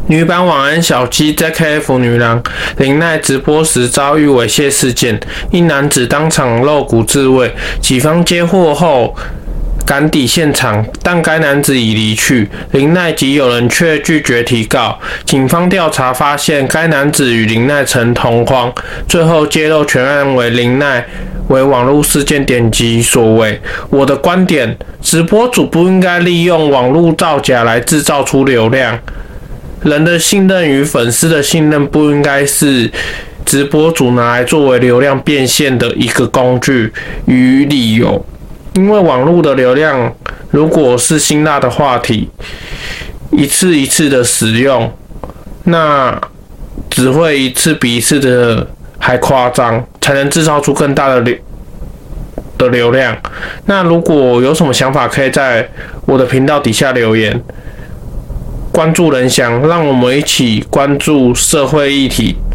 女版晚安小鸡 ZKF 女郎林奈直播时遭遇猥亵事件，一男子当场露骨自卫，警方接获后赶抵现场，但该男子已离去，林奈及友人却拒绝提告。警方调查发现，该男子与林奈曾同框，最后揭露全案为林奈为网络事件点击所为。我的观点，直播主不应该利用网络造假来制造出流量。人的信任与粉丝的信任不应该是直播主拿来作为流量变现的一个工具与理由，因为网络的流量如果是辛辣的话题，一次一次的使用，那只会一次比一次的还夸张，才能制造出更大的流量。那如果有什么想法，可以在我的频道底下留言。关注人想，让我们一起关注社会议题。